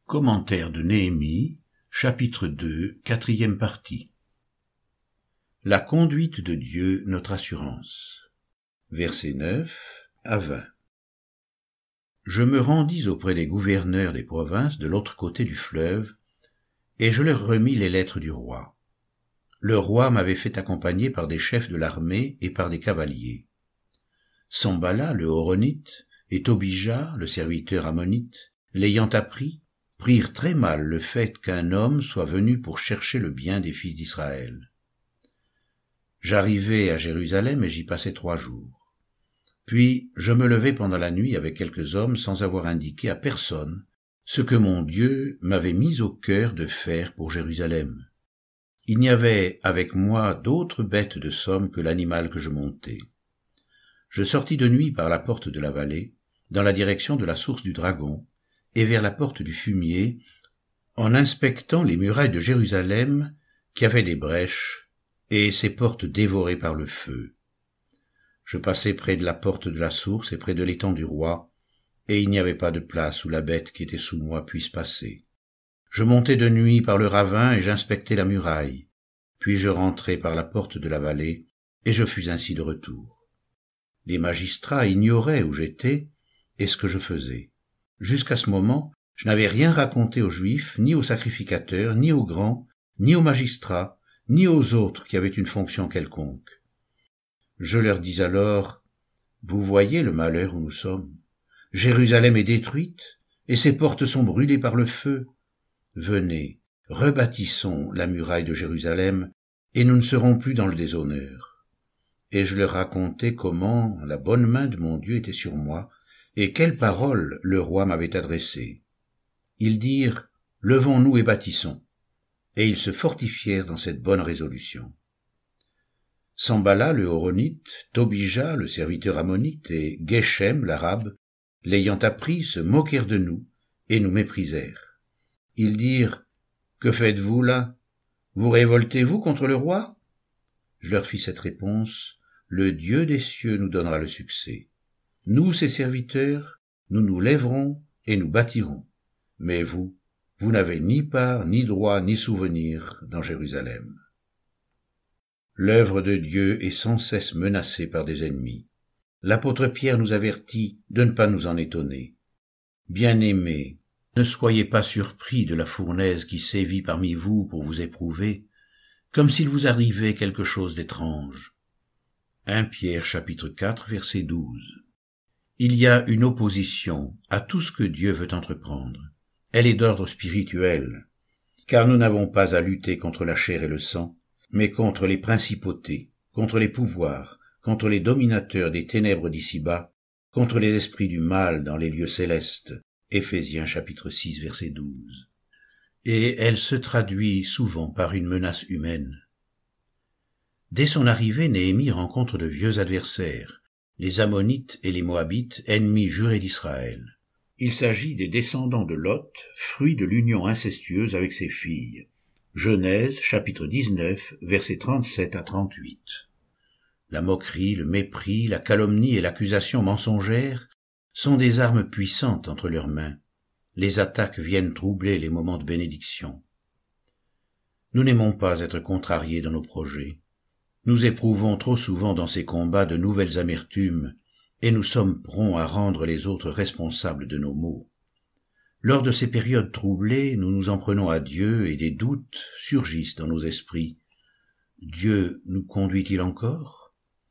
Commentaire de Néhémie, chapitre 2, quatrième partie. La conduite de Dieu, notre assurance. Versets 9 à 20. Je me rendis auprès des gouverneurs des provinces de l'autre côté du fleuve, et je leur remis les lettres du roi. Le roi m'avait fait accompagner par des chefs de l'armée et par des cavaliers. Sambala, le Horonite, et Tobija, le serviteur ammonite, l'ayant appris, prirent très mal le fait qu'un homme soit venu pour chercher le bien des fils d'Israël. J'arrivai à Jérusalem et j'y passai 3 jours. Puis je me levai pendant la nuit avec quelques hommes sans avoir indiqué à personne ce que mon Dieu m'avait mis au cœur de faire pour Jérusalem. Il n'y avait avec moi d'autre bête de somme que l'animal que je montais. Je sortis de nuit par la porte de la vallée, dans la direction de la source du dragon, et vers la porte du fumier, en inspectant les murailles de Jérusalem qui avaient des brèches, et ses portes dévorées par le feu. Je passai près de la porte de la source et près de l'étang du roi, et il n'y avait pas de place où la bête qui était sous moi puisse passer. Je montai de nuit par le ravin et j'inspectai la muraille, puis je rentrai par la porte de la vallée, et je fus ainsi de retour. Les magistrats ignoraient où j'étais et ce que je faisais. Jusqu'à ce moment, je n'avais rien raconté aux Juifs, ni aux sacrificateurs, ni aux grands, ni aux magistrats, ni aux autres qui avaient une fonction quelconque. Je leur dis alors, « Vous voyez le malheur où nous sommes. Jérusalem est détruite, et ses portes sont brûlées par le feu. Venez, rebâtissons la muraille de Jérusalem, et nous ne serons plus dans le déshonneur. » Et je leur racontai comment la bonne main de mon Dieu était sur moi, et quelles paroles le roi m'avait adressées. Ils dirent, « Levons-nous et bâtissons. » Et ils se fortifièrent dans cette bonne résolution. Sambala, le Horonite, Tobija, le serviteur ammonite, et Geshem, l'arabe, l'ayant appris, se moquèrent de nous, et nous méprisèrent. Ils dirent, « Que faites-vous là? Vous révoltez-vous contre le roi ?» Je leur fis cette réponse, « Le Dieu des cieux nous donnera le succès. Nous, ses serviteurs, nous nous lèverons et nous bâtirons. Mais vous n'avez ni part, ni droit, ni souvenir dans Jérusalem. » L'œuvre de Dieu est sans cesse menacée par des ennemis. L'apôtre Pierre nous avertit de ne pas nous en étonner. Bien-aimés, ne soyez pas surpris de la fournaise qui sévit parmi vous pour vous éprouver, comme s'il vous arrivait quelque chose d'étrange. 1 Pierre chapitre 4 verset 12. Il y a une opposition à tout ce que Dieu veut entreprendre. Elle est d'ordre spirituel, car nous n'avons pas à lutter contre la chair et le sang, mais contre les principautés, contre les pouvoirs, contre les dominateurs des ténèbres d'ici-bas, contre les esprits du mal dans les lieux célestes. Éphésiens chapitre 6 verset 12. Et elle se traduit souvent par une menace humaine. Dès son arrivée, Néhémie rencontre de vieux adversaires, les Ammonites et les Moabites, ennemis jurés d'Israël. Il s'agit des descendants de Lot, fruit de l'union incestueuse avec ses filles. Genèse, chapitre 19, versets 37 à 38. La moquerie, le mépris, la calomnie et l'accusation mensongère sont des armes puissantes entre leurs mains. Les attaques viennent troubler les moments de bénédiction. Nous n'aimons pas être contrariés dans nos projets. Nous éprouvons trop souvent dans ces combats de nouvelles amertumes, et nous sommes prompts à rendre les autres responsables de nos maux. Lors de ces périodes troublées, nous nous en prenons à Dieu et des doutes surgissent dans nos esprits. Dieu nous conduit-il encore?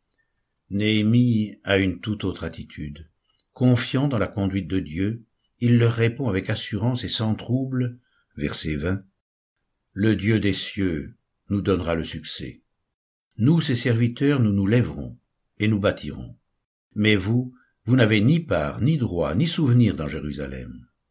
Néhémie a une toute autre attitude. Confiant dans la conduite de Dieu, il leur répond avec assurance et sans trouble, verset 20, « Le Dieu des cieux nous donnera le succès. Nous, ses serviteurs, nous nous lèverons et nous bâtirons. Mais vous n'avez ni part, ni droit, ni souvenir dans Jérusalem. »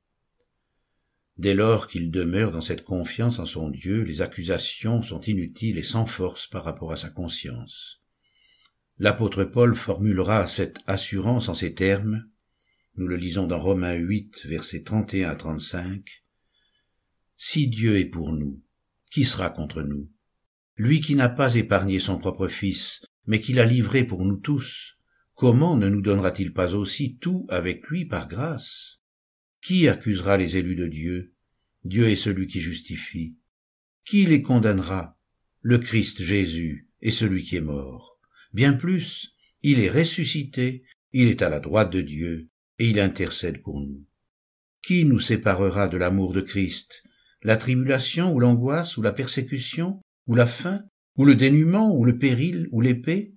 Dès lors qu'il demeure dans cette confiance en son Dieu, les accusations sont inutiles et sans force par rapport à sa conscience. L'apôtre Paul formulera cette assurance en ces termes. Nous le lisons dans Romains 8, versets 31 à 35. « Si Dieu est pour nous, qui sera contre nous? Lui qui n'a pas épargné son propre Fils, mais qui l'a livré pour nous tous, comment ne nous donnera-t-il pas aussi tout avec lui par grâce? Qui accusera les élus de Dieu? Dieu est celui qui justifie. Qui les condamnera? Le Christ Jésus est celui qui est mort. Bien plus, il est ressuscité, il est à la droite de Dieu, et il intercède pour nous. Qui nous séparera de l'amour de Christ? La tribulation, ou l'angoisse, ou la persécution, ou la faim, ou le dénuement, ou le péril, ou l'épée?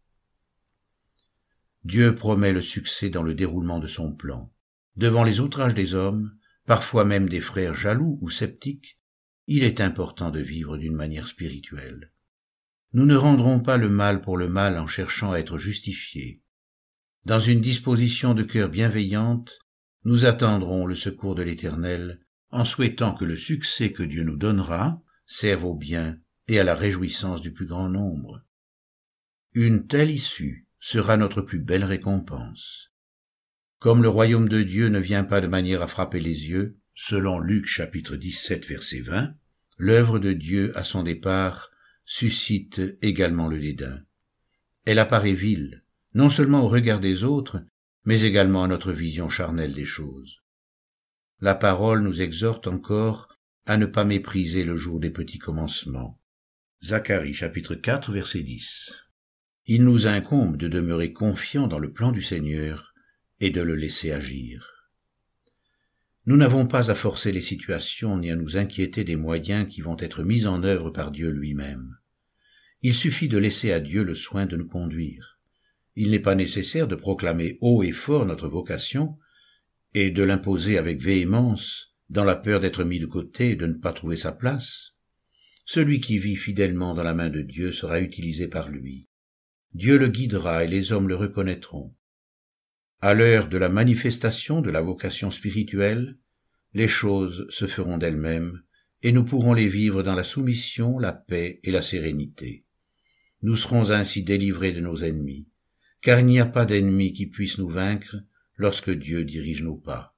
Dieu promet le succès dans le déroulement de son plan. Devant les outrages des hommes, parfois même des frères jaloux ou sceptiques, il est important de vivre d'une manière spirituelle. Nous ne rendrons pas le mal pour le mal en cherchant à être justifiés. Dans une disposition de cœur bienveillante, nous attendrons le secours de l'Éternel en souhaitant que le succès que Dieu nous donnera serve au bien et à la réjouissance du plus grand nombre. Une telle issue sera notre plus belle récompense. Comme le royaume de Dieu ne vient pas de manière à frapper les yeux, selon Luc chapitre 17 verset 20, l'œuvre de Dieu à son départ suscite également le dédain. Elle apparaît vile, non seulement au regard des autres, mais également à notre vision charnelle des choses. La parole nous exhorte encore à ne pas mépriser le jour des petits commencements. Zacharie chapitre 4 verset 10. Il nous incombe de demeurer confiants dans le plan du Seigneur et de le laisser agir. Nous n'avons pas à forcer les situations ni à nous inquiéter des moyens qui vont être mis en œuvre par Dieu lui-même. Il suffit de laisser à Dieu le soin de nous conduire. Il n'est pas nécessaire de proclamer haut et fort notre vocation et de l'imposer avec véhémence dans la peur d'être mis de côté et de ne pas trouver sa place. Celui qui vit fidèlement dans la main de Dieu sera utilisé par lui. Dieu le guidera et les hommes le reconnaîtront. À l'heure de la manifestation de la vocation spirituelle, les choses se feront d'elles-mêmes et nous pourrons les vivre dans la soumission, la paix et la sérénité. Nous serons ainsi délivrés de nos ennemis, car il n'y a pas d'ennemi qui puisse nous vaincre lorsque Dieu dirige nos pas.